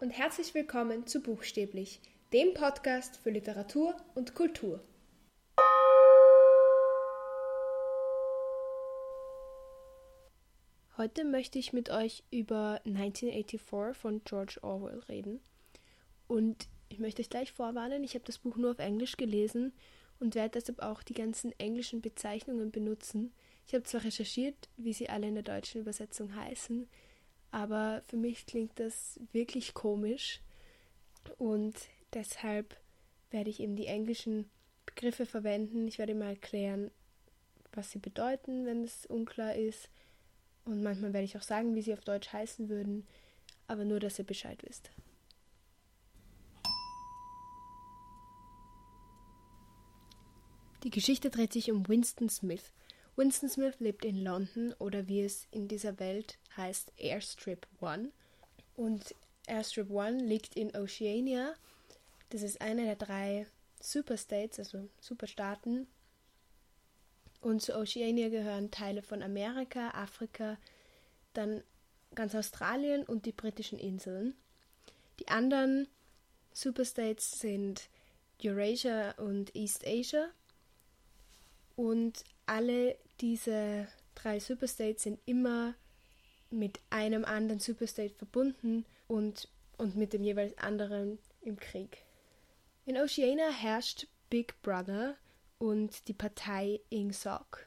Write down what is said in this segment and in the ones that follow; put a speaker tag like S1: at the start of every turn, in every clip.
S1: und herzlich willkommen zu Buchstäblich, dem Podcast für Literatur und Kultur. Heute möchte ich mit euch über 1984 von George Orwell reden. Und ich möchte euch gleich vorwarnen, ich habe das Buch nur auf Englisch gelesen und werde deshalb auch die ganzen englischen Bezeichnungen benutzen. Ich habe zwar recherchiert, wie sie alle in der deutschen Übersetzung heißen, aber für mich klingt das wirklich komisch und deshalb werde ich eben die englischen Begriffe verwenden. Ich werde mal erklären, was sie bedeuten, wenn es unklar ist. Und manchmal werde ich auch sagen, wie sie auf Deutsch heißen würden, aber nur, dass ihr Bescheid wisst. Die Geschichte dreht sich um Winston Smith. Winston Smith lebt in London oder wie es in dieser Welt heißt, Airstrip 1. Und Airstrip 1 liegt in Oceania. Das ist eine der 3 Superstates, also Superstaaten. Und zu Oceania gehören Teile von Amerika, Afrika, dann ganz Australien und die britischen Inseln. Die anderen Superstates sind Eurasia und East Asia. Und alle diese 3 Superstates sind immer mit einem anderen Superstate verbunden und mit dem jeweils anderen im Krieg. In Oceania herrscht Big Brother und die Partei Ingsoc.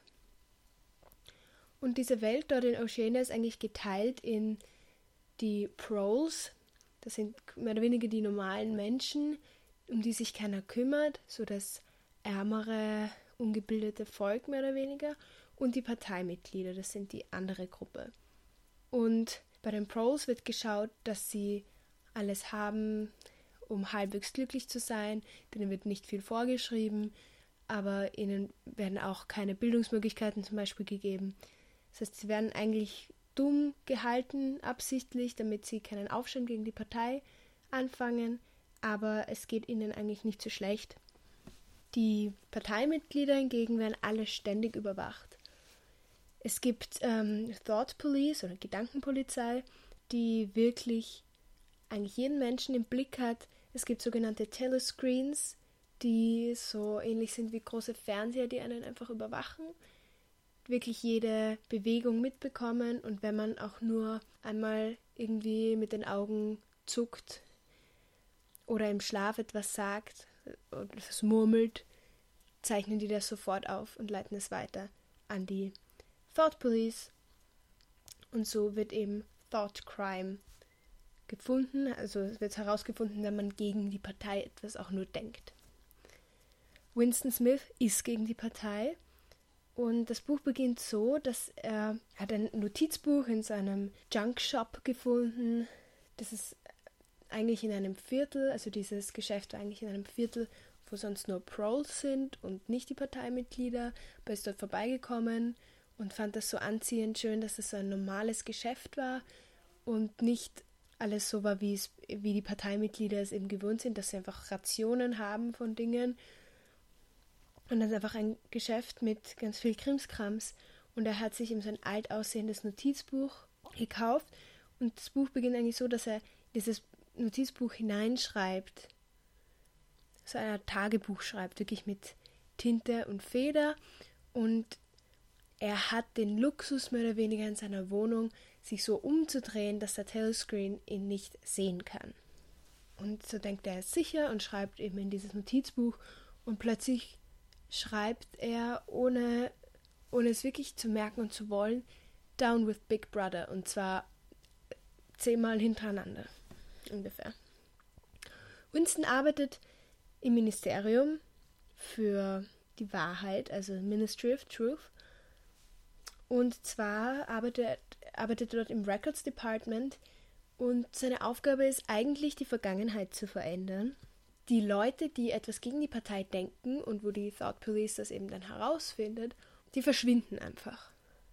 S1: Und diese Welt dort in Oceania ist eigentlich geteilt in die Proles, das sind mehr oder weniger die normalen Menschen, um die sich keiner kümmert, so das ärmere, ungebildete Volk mehr oder weniger, und die Parteimitglieder, das sind die andere Gruppe. Und bei den Proles wird geschaut, dass sie alles haben, um halbwegs glücklich zu sein, denen wird nicht viel vorgeschrieben, aber ihnen werden auch keine Bildungsmöglichkeiten zum Beispiel gegeben. Das heißt, sie werden eigentlich dumm gehalten, absichtlich, damit sie keinen Aufstand gegen die Partei anfangen, aber es geht ihnen eigentlich nicht so schlecht. Die Parteimitglieder hingegen werden alle ständig überwacht. Es gibt Thought Police oder Gedankenpolizei, die wirklich eigentlich jeden Menschen im Blick hat. Es gibt sogenannte Telescreens, die so ähnlich sind wie große Fernseher, die einen einfach überwachen, wirklich jede Bewegung mitbekommen, und wenn man auch nur einmal irgendwie mit den Augen zuckt oder im Schlaf etwas sagt oder etwas murmelt, zeichnen die das sofort auf und leiten es weiter an die Thought Police, und so wird eben Thought Crime gefunden, also es wird herausgefunden, wenn man gegen die Partei etwas auch nur denkt. Winston Smith ist gegen die Partei und das Buch beginnt so, dass er hat ein Notizbuch in seinem Junk-Shop gefunden. Das ist eigentlich in einem Viertel, also dieses Geschäft war eigentlich in einem Viertel, wo sonst nur Proles sind und nicht die Parteimitglieder, aber ist dort vorbeigekommen und fand das so anziehend schön, dass es so ein normales Geschäft war und nicht alles so war, wie die Parteimitglieder es eben gewohnt sind, dass sie einfach Rationen haben von Dingen. Und das ist einfach ein Geschäft mit ganz viel Krimskrams. Und er hat sich eben so ein alt aussehendes Notizbuch gekauft. Und das Buch beginnt eigentlich so, dass er dieses Notizbuch hineinschreibt. So ein Tagebuch schreibt, wirklich mit Tinte und Feder. Und er hat den Luxus mehr oder weniger in seiner Wohnung, sich so umzudrehen, dass der Telescreen ihn nicht sehen kann. Und so denkt er sicher und schreibt eben in dieses Notizbuch. Und plötzlich schreibt er, ohne es wirklich zu merken und zu wollen, Down with Big Brother, und zwar 10-mal hintereinander ungefähr. Winston arbeitet im Ministerium für die Wahrheit, also Ministry of Truth, und zwar arbeitet er dort im Records Department, und seine Aufgabe ist eigentlich, die Vergangenheit zu verändern. Die Leute, die etwas gegen die Partei denken und wo die Thought Police das eben dann herausfindet, die verschwinden einfach.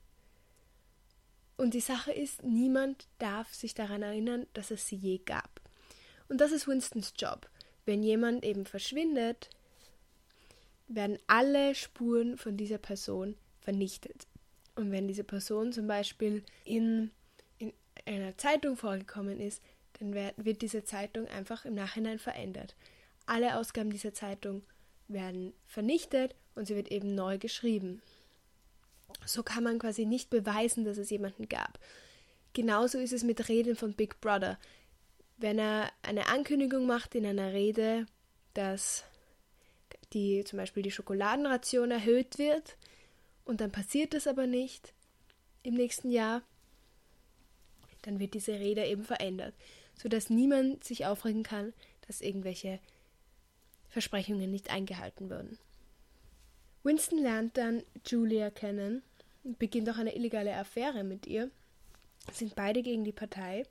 S1: Und die Sache ist, niemand darf sich daran erinnern, dass es sie je gab. Und das ist Winstons Job. Wenn jemand eben verschwindet, werden alle Spuren von dieser Person vernichtet. Und wenn diese Person zum Beispiel in einer Zeitung vorgekommen ist, dann wird diese Zeitung einfach im Nachhinein verändert. Alle Ausgaben dieser Zeitung werden vernichtet und sie wird eben neu geschrieben. So kann man quasi nicht beweisen, dass es jemanden gab. Genauso ist es mit Reden von Big Brother. Wenn er eine Ankündigung macht in einer Rede, dass zum Beispiel die Schokoladenration erhöht wird und dann passiert es aber nicht im nächsten Jahr, dann wird diese Rede eben verändert, sodass niemand sich aufregen kann, dass irgendwelche Versprechungen nicht eingehalten würden. Winston lernt dann Julia kennen und beginnt auch eine illegale Affäre mit ihr. Sind beide gegen die Partei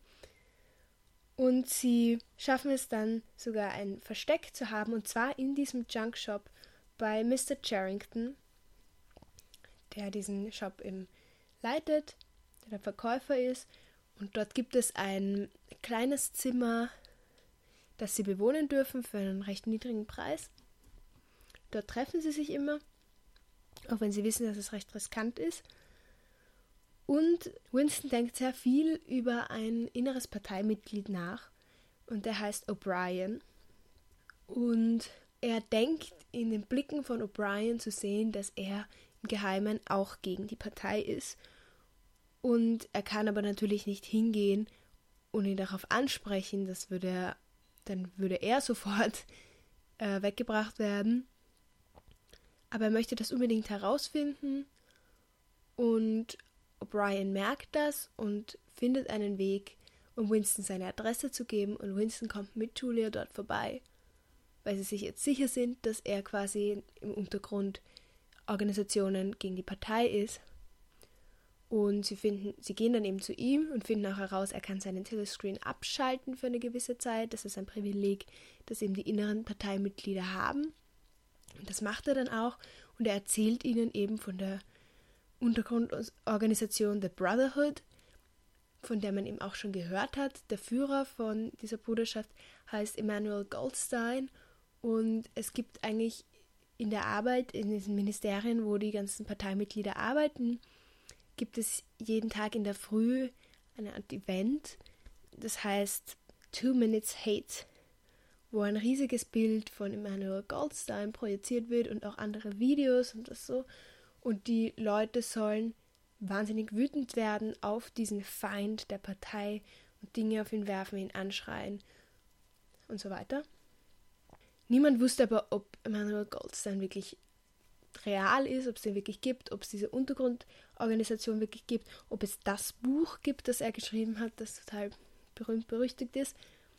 S1: und sie schaffen es dann sogar ein Versteck zu haben, und zwar in diesem Junkshop bei Mr. Charrington, der diesen Shop eben leitet, der Verkäufer ist, und dort gibt es ein kleines Zimmer, das sie bewohnen dürfen für einen recht niedrigen Preis. Dort treffen sie sich immer, auch wenn sie wissen, dass es recht riskant ist. Und Winston denkt sehr viel über ein inneres Parteimitglied nach, und der heißt O'Brien. Und er denkt in den Blicken von O'Brien zu sehen, dass er im Geheimen auch gegen die Partei ist. Und er kann aber natürlich nicht hingehen und ihn darauf ansprechen, dann würde er sofort weggebracht werden. Aber er möchte das unbedingt herausfinden, und O'Brien merkt das und findet einen Weg, um Winston seine Adresse zu geben, und Winston kommt mit Julia dort vorbei, weil sie sich jetzt sicher sind, dass er quasi im Untergrund Organisationen gegen die Partei ist. Und sie gehen dann eben zu ihm und finden auch heraus, er kann seinen Telescreen abschalten für eine gewisse Zeit. Das ist ein Privileg, das eben die inneren Parteimitglieder haben. Und das macht er dann auch, und er erzählt ihnen eben von der Untergrundorganisation The Brotherhood, von der man eben auch schon gehört hat. Der Führer von dieser Bruderschaft heißt Emmanuel Goldstein, und es gibt eigentlich in der Arbeit in diesen Ministerien, wo die ganzen Parteimitglieder arbeiten, gibt es jeden Tag in der Früh eine Art Event, das heißt 2 Minutes Hate, wo ein riesiges Bild von Emmanuel Goldstein projiziert wird und auch andere Videos und das so. Und die Leute sollen wahnsinnig wütend werden auf diesen Feind der Partei und Dinge auf ihn werfen, ihn anschreien und so weiter. Niemand wusste aber, ob Emmanuel Goldstein wirklich real ist, ob es den wirklich gibt, ob es diese Untergrundorganisation wirklich gibt, ob es das Buch gibt, das er geschrieben hat, das total berühmt-berüchtigt ist.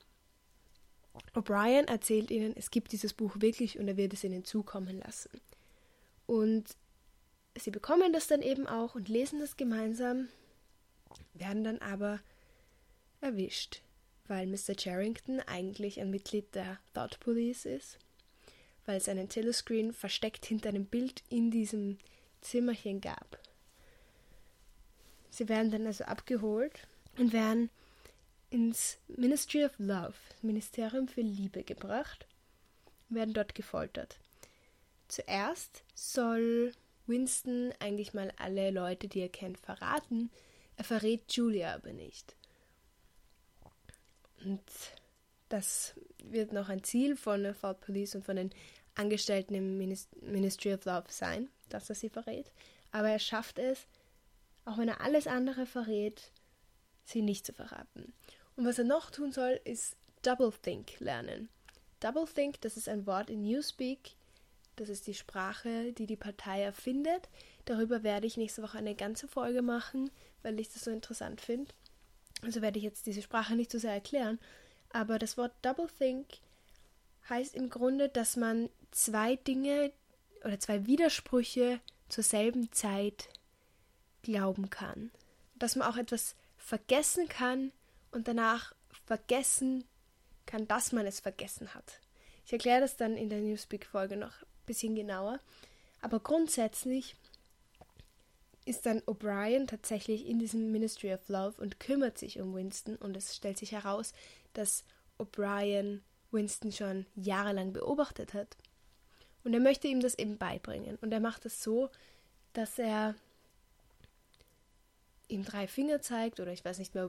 S1: O'Brien erzählt ihnen, es gibt dieses Buch wirklich und er wird es ihnen zukommen lassen. Und sie bekommen das dann eben auch und lesen das gemeinsam, werden dann aber erwischt, weil Mr. Charrington eigentlich ein Mitglied der Thought Police ist, weil es einen Telescreen versteckt hinter einem Bild in diesem Zimmerchen gab. Sie werden dann also abgeholt und werden ins Ministry of Love, Ministerium für Liebe, gebracht und werden dort gefoltert. Zuerst soll Winston eigentlich mal alle Leute, die er kennt, verraten. Er verrät Julia aber nicht. Und das wird noch ein Ziel von der Thought Police und von den Angestellten im Ministry of Love sein, dass er sie verrät. Aber er schafft es, auch wenn er alles andere verrät, sie nicht zu verraten. Und was er noch tun soll, ist Doublethink lernen. Doublethink, das ist ein Wort in Newspeak. Das ist die Sprache, die die Partei erfindet. Darüber werde ich nächste Woche eine ganze Folge machen, weil ich das so interessant finde. Also werde ich jetzt diese Sprache nicht so sehr erklären. Aber das Wort Doublethink heißt im Grunde, dass man zwei Dinge oder zwei Widersprüche zur selben Zeit glauben kann. Dass man auch etwas vergessen kann und danach vergessen kann, dass man es vergessen hat. Ich erkläre das dann in der Newspeak-Folge noch ein bisschen genauer. Aber grundsätzlich ist dann O'Brien tatsächlich in diesem Ministry of Love und kümmert sich um Winston. Und es stellt sich heraus, dass O'Brien Winston schon jahrelang beobachtet hat. Und er möchte ihm das eben beibringen. Und er macht es so, dass er ihm 3 Finger zeigt, oder ich weiß nicht mehr,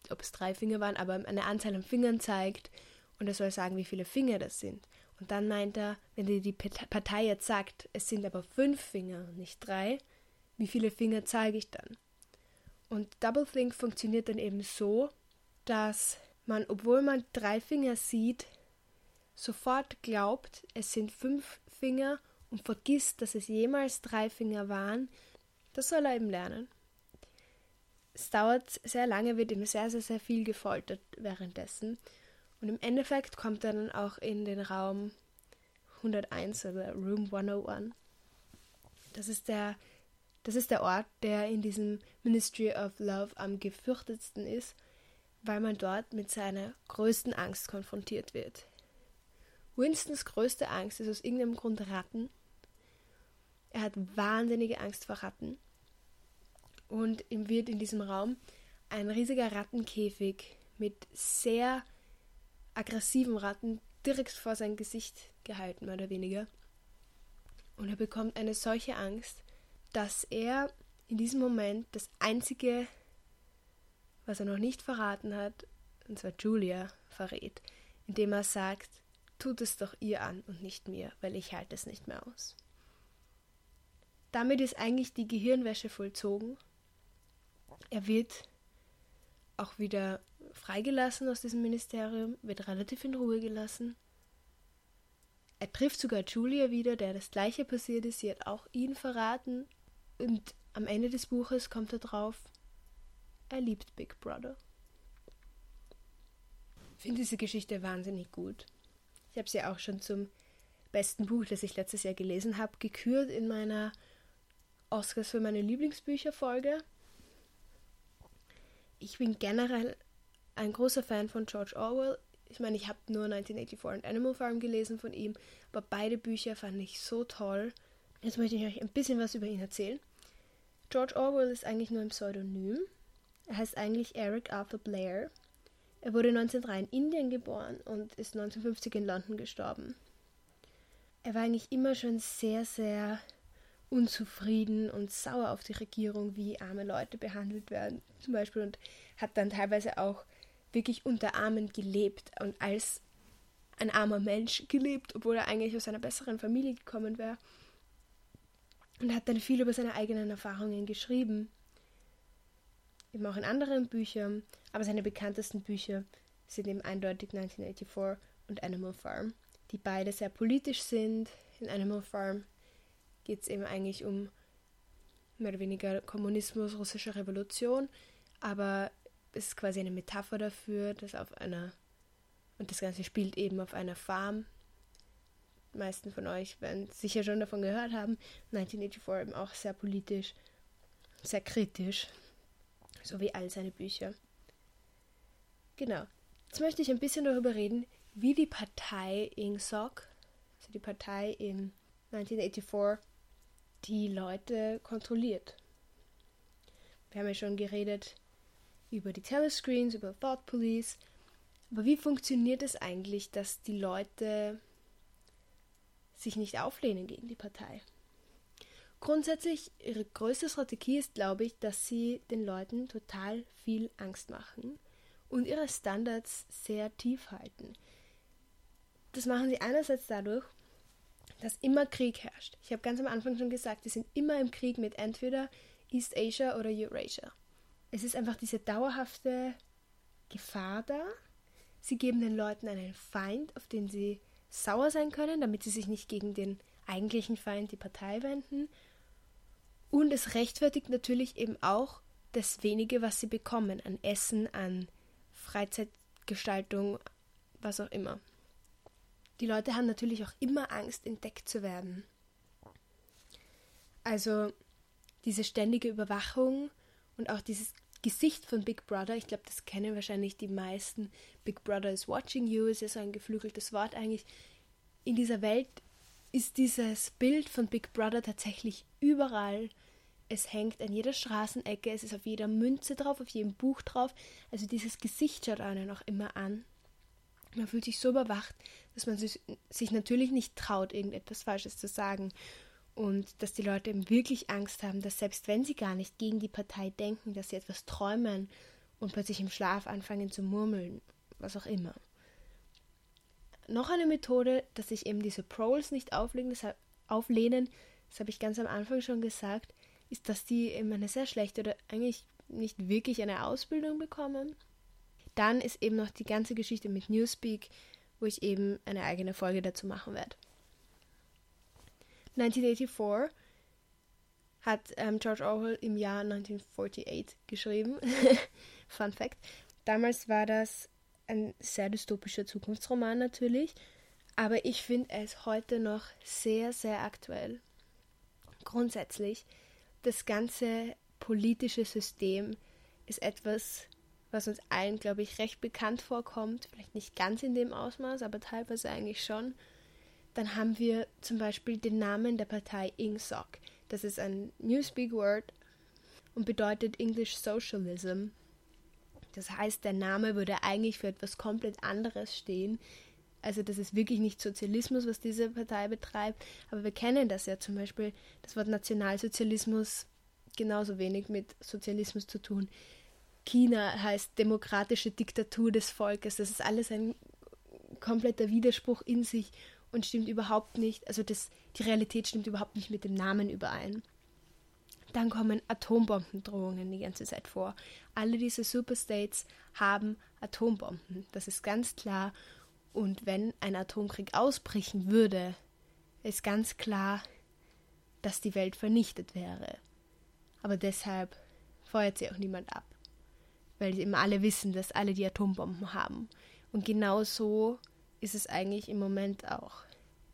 S1: ob es 3 Finger waren, aber eine Anzahl an Fingern zeigt und er soll sagen, wie viele Finger das sind. Und dann meint er, wenn dir die Partei jetzt sagt, es sind aber 5 Finger, nicht 3, wie viele Finger zeige ich dann? Und Doublethink funktioniert dann eben so, dass man, obwohl man 3 Finger sieht, sofort glaubt, es sind 5 Finger und vergisst, dass es jemals 3 Finger waren. Das soll er eben lernen. Es dauert sehr lange, wird ihm sehr, sehr, sehr viel gefoltert währenddessen. Und im Endeffekt kommt er dann auch in den Raum 101 oder Room 101. Das ist der Ort, der in diesem Ministry of Love am gefürchtetsten ist, weil man dort mit seiner größten Angst konfrontiert wird. Winstons größte Angst ist aus irgendeinem Grund Ratten. Er hat wahnsinnige Angst vor Ratten. Und ihm wird in diesem Raum ein riesiger Rattenkäfig mit sehr aggressiven Ratten direkt vor sein Gesicht gehalten, mehr oder weniger. Und er bekommt eine solche Angst, dass er in diesem Moment das Einzige, was er noch nicht verraten hat, und zwar Julia, verrät, indem er sagt, tut es doch ihr an und nicht mir, weil ich halte es nicht mehr aus. Damit ist eigentlich die Gehirnwäsche vollzogen. Er wird auch wieder freigelassen aus diesem Ministerium, wird relativ in Ruhe gelassen. Er trifft sogar Julia wieder, der das Gleiche passiert ist. Sie hat auch ihn verraten. Und am Ende des Buches kommt er drauf, er liebt Big Brother. Ich finde diese Geschichte wahnsinnig gut. Ich habe sie auch schon zum besten Buch, das ich letztes Jahr gelesen habe, gekürt in meiner Oscars für meine Lieblingsbücher-Folge. Ich bin generell ein großer Fan von George Orwell. Ich meine, ich habe nur 1984 und Animal Farm gelesen von ihm, aber beide Bücher fand ich so toll. Jetzt möchte ich euch ein bisschen was über ihn erzählen. George Orwell ist eigentlich nur ein Pseudonym. Er heißt eigentlich Eric Arthur Blair. Er wurde 1903 in Indien geboren und ist 1950 in London gestorben. Er war eigentlich immer schon sehr, sehr unzufrieden und sauer auf die Regierung, wie arme Leute behandelt werden, zum Beispiel, und hat dann teilweise auch wirklich unter Armen gelebt und als ein armer Mensch gelebt, obwohl er eigentlich aus einer besseren Familie gekommen wäre, und hat dann viel über seine eigenen Erfahrungen geschrieben, eben auch in anderen Büchern, aber seine bekanntesten Bücher sind eben eindeutig 1984 und Animal Farm, die beide sehr politisch sind. In Animal Farm geht es eben eigentlich um mehr oder weniger Kommunismus, russische Revolution, aber es ist quasi eine Metapher dafür, dass und das Ganze spielt eben auf einer Farm. Die meisten von euch werden sicher schon davon gehört haben. 1984 eben auch sehr politisch, sehr kritisch, so wie all seine Bücher. Genau. Jetzt möchte ich ein bisschen darüber reden, wie die Partei Ingsoc, also die Partei in 1984, die Leute kontrolliert. Wir haben ja schon geredet über die Telescreens, über Thought Police. Aber wie funktioniert es eigentlich, dass die Leute sich nicht auflehnen gegen die Partei? Grundsätzlich, ihre größte Strategie ist, glaube ich, dass sie den Leuten total viel Angst machen und ihre Standards sehr tief halten. Das machen sie einerseits dadurch, dass immer Krieg herrscht. Ich habe ganz am Anfang schon gesagt, die sind immer im Krieg mit entweder East Asia oder Eurasia. Es ist einfach diese dauerhafte Gefahr da. Sie geben den Leuten einen Feind, auf den sie sauer sein können, damit sie sich nicht gegen den eigentlichen Feind, die Partei, wenden. Und es rechtfertigt natürlich eben auch das Wenige, was sie bekommen, an Essen, an Freizeitgestaltung, was auch immer. Die Leute haben natürlich auch immer Angst, entdeckt zu werden. Also diese ständige Überwachung und auch dieses Gesicht von Big Brother, ich glaube, das kennen wahrscheinlich die meisten. Big Brother is watching you, ist ja so ein geflügeltes Wort eigentlich. In dieser Welt ist dieses Bild von Big Brother tatsächlich überall. Es hängt an jeder Straßenecke, es ist auf jeder Münze drauf, auf jedem Buch drauf. Also dieses Gesicht schaut einen auch immer an. Man fühlt sich so überwacht, dass man sich natürlich nicht traut, irgendetwas Falsches zu sagen. Und dass die Leute eben wirklich Angst haben, dass selbst wenn sie gar nicht gegen die Partei denken, dass sie etwas träumen und plötzlich im Schlaf anfangen zu murmeln, was auch immer. Noch eine Methode, dass sich eben diese Proles nicht auflehnen, das habe ich ganz am Anfang schon gesagt, ist, dass die eben eine sehr schlechte oder eigentlich nicht wirklich eine Ausbildung bekommen. Dann ist eben noch die ganze Geschichte mit Newspeak, wo ich eben eine eigene Folge dazu machen werde. 1984 hat George Orwell im Jahr 1948 geschrieben. Fun Fact. Damals war das ein sehr dystopischer Zukunftsroman natürlich, aber ich finde es heute noch sehr, sehr aktuell. Grundsätzlich, das ganze politische System ist etwas, was uns allen, glaube ich, recht bekannt vorkommt. Vielleicht nicht ganz in dem Ausmaß, aber teilweise eigentlich schon. Dann haben wir zum Beispiel den Namen der Partei INGSOC. Das ist ein Newspeak-Word und bedeutet English Socialism. Das heißt, der Name würde eigentlich für etwas komplett anderes stehen. Also das ist wirklich nicht Sozialismus, was diese Partei betreibt. Aber wir kennen das ja zum Beispiel, das Wort Nationalsozialismus genauso wenig mit Sozialismus zu tun. China heißt demokratische Diktatur des Volkes. Das ist alles ein kompletter Widerspruch in sich und stimmt überhaupt nicht, also die Realität stimmt überhaupt nicht mit dem Namen überein. Dann kommen Atombombendrohungen die ganze Zeit vor. Alle diese Superstates haben Atombomben, das ist ganz klar. Und wenn ein Atomkrieg ausbrechen würde, ist ganz klar, dass die Welt vernichtet wäre. Aber deshalb feuert sie auch niemand ab. Weil eben alle wissen, dass alle die Atombomben haben. Und genau so ist es eigentlich im Moment auch.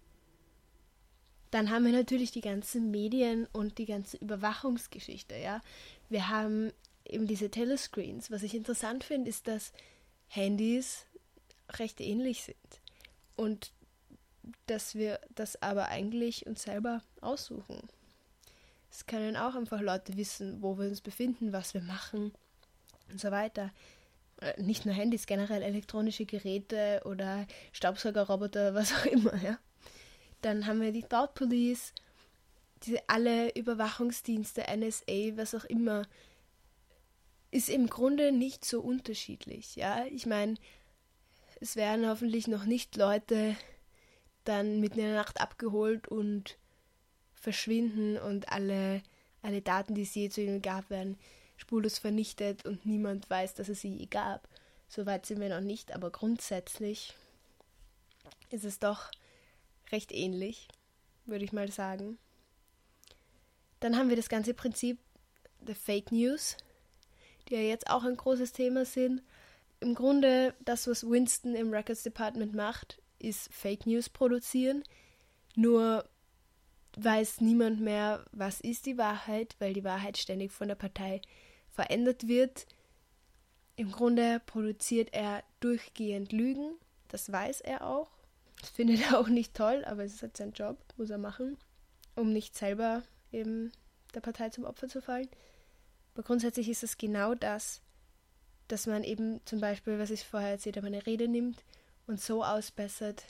S1: Dann haben wir natürlich die ganzen Medien und die ganze Überwachungsgeschichte, ja. Wir haben eben diese Telescreens. Was ich interessant finde, ist, dass Handys recht ähnlich sind. Und dass wir das aber eigentlich uns selber aussuchen. Es können auch einfach Leute wissen, wo wir uns befinden, was wir machen und so weiter. Nicht nur Handys, generell elektronische Geräte oder Staubsaugerroboter, was auch immer, ja. Dann haben wir die Thought Police, diese alle Überwachungsdienste, NSA, was auch immer, ist im Grunde nicht so unterschiedlich, ja. Ich meine, es werden hoffentlich noch nicht Leute dann mitten in der Nacht abgeholt und verschwinden und alle Daten, die es je zu ihnen gab, werden spurlos vernichtet und niemand weiß, dass es sie gab. Soweit sind wir noch nicht, aber grundsätzlich ist es doch recht ähnlich, würde ich mal sagen. Dann haben wir das ganze Prinzip der Fake News, die ja jetzt auch ein großes Thema sind. Im Grunde, das, was Winston im Records Department macht, ist Fake News produzieren. Nur weiß niemand mehr, was ist die Wahrheit, weil die Wahrheit ständig von der Partei verändert wird. Im Grunde produziert er durchgehend Lügen, das weiß er auch. Das findet er auch nicht toll, aber es ist halt sein Job, muss er machen, um nicht selber eben der Partei zum Opfer zu fallen. Aber grundsätzlich ist es genau das, dass man eben zum Beispiel, was ich vorher erzählt habe, eine Rede nimmt und so ausbessert,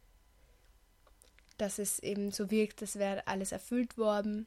S1: dass es eben so wirkt, als wäre alles erfüllt worden.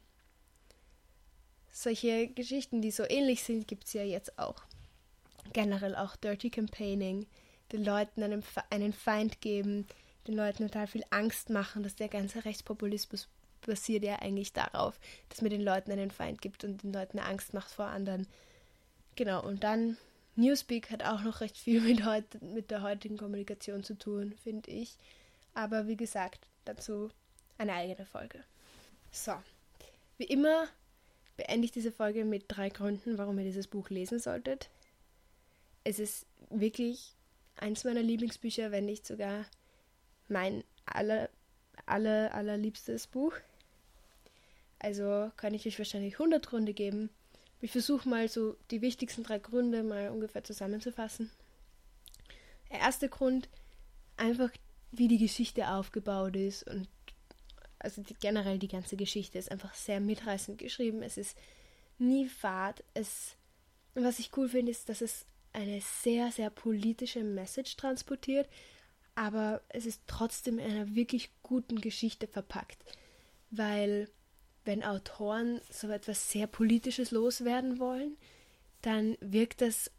S1: Solche Geschichten, die so ähnlich sind, gibt es ja jetzt auch. Generell auch Dirty Campaigning, den Leuten einen Feind geben, den Leuten total viel Angst machen, dass der ganze Rechtspopulismus basiert ja eigentlich darauf, dass man den Leuten einen Feind gibt und den Leuten Angst macht vor anderen. Genau, und dann Newspeak hat auch noch recht viel mit der heutigen Kommunikation zu tun, finde ich. Aber wie gesagt, dazu eine eigene Folge. So, wie immer beende ich diese Folge mit 3 Gründen, warum ihr dieses Buch lesen solltet. Es ist wirklich eins meiner Lieblingsbücher, wenn nicht sogar mein allerliebstes Buch. Also kann ich euch wahrscheinlich 100 Gründe geben. Ich versuche mal so die wichtigsten 3 Gründe mal ungefähr zusammenzufassen. Der erste Grund, einfach wie die Geschichte aufgebaut ist und also generell die ganze Geschichte ist einfach sehr mitreißend geschrieben. Es ist nie fad. Was ich cool finde, ist, dass es eine sehr, sehr politische Message transportiert, aber es ist trotzdem in einer wirklich guten Geschichte verpackt. Weil wenn Autoren so etwas sehr Politisches loswerden wollen, dann wirkt das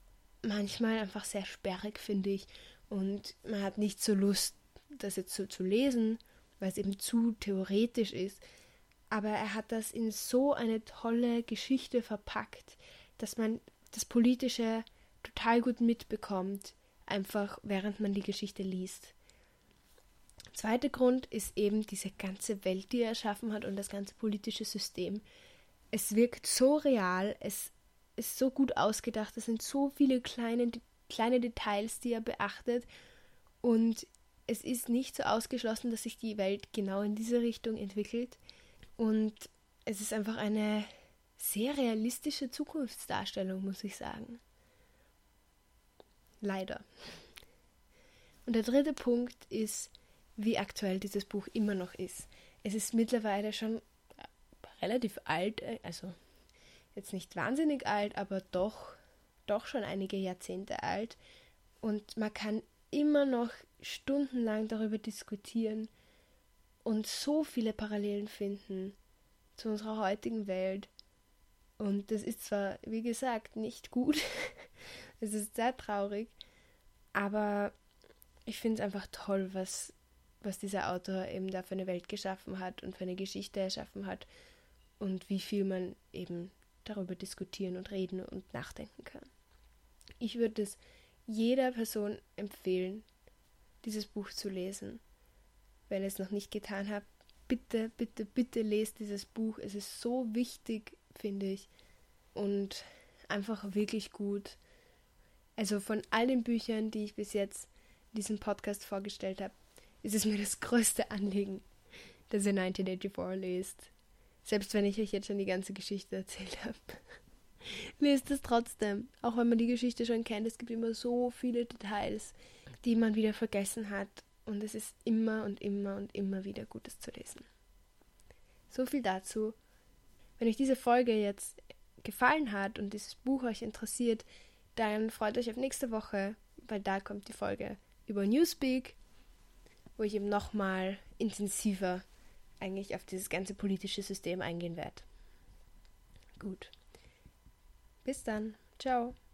S1: manchmal einfach sehr sperrig, finde ich. Und man hat nicht so Lust, das jetzt so zu lesen, weil es eben zu theoretisch ist. Aber er hat das in so eine tolle Geschichte verpackt, dass man das Politische total gut mitbekommt, einfach während man die Geschichte liest. Zweiter Grund ist eben diese ganze Welt, die er erschaffen hat und das ganze politische System. Es wirkt so real, es ist so gut ausgedacht, es sind so viele kleine Details, die er beachtet und es ist nicht so ausgeschlossen, dass sich die Welt genau in diese Richtung entwickelt und es ist einfach eine sehr realistische Zukunftsdarstellung, muss ich sagen. Leider. Und der dritte Punkt ist, wie aktuell dieses Buch immer noch ist. Es ist mittlerweile schon relativ alt, also jetzt nicht wahnsinnig alt, aber doch schon einige Jahrzehnte alt. Und man kann immer noch stundenlang darüber diskutieren und so viele Parallelen finden zu unserer heutigen Welt. Und das ist zwar, wie gesagt, nicht gut, es ist sehr traurig, aber ich finde es einfach toll, was dieser Autor eben da für eine Welt geschaffen hat und für eine Geschichte erschaffen hat und wie viel man eben darüber diskutieren und reden und nachdenken kann. Ich würde es jeder Person empfehlen, dieses Buch zu lesen. Wenn ihr es noch nicht getan habt, bitte, bitte, bitte lest dieses Buch. Es ist so wichtig, finde ich, und einfach wirklich gut. Also von all den Büchern, die ich bis jetzt in diesem Podcast vorgestellt habe, ist es mir das größte Anliegen, dass ihr 1984 lest. Selbst wenn ich euch jetzt schon die ganze Geschichte erzählt habe. Lest es trotzdem. Auch wenn man die Geschichte schon kennt, es gibt immer so viele Details, die man wieder vergessen hat. Und es ist immer und immer und immer wieder Gutes zu lesen. So viel dazu. Wenn euch diese Folge jetzt gefallen hat und dieses Buch euch interessiert, dann freut euch auf nächste Woche, weil da kommt die Folge über Newspeak, wo ich eben nochmal intensiver eigentlich auf dieses ganze politische System eingehen werde. Gut. Bis dann. Ciao.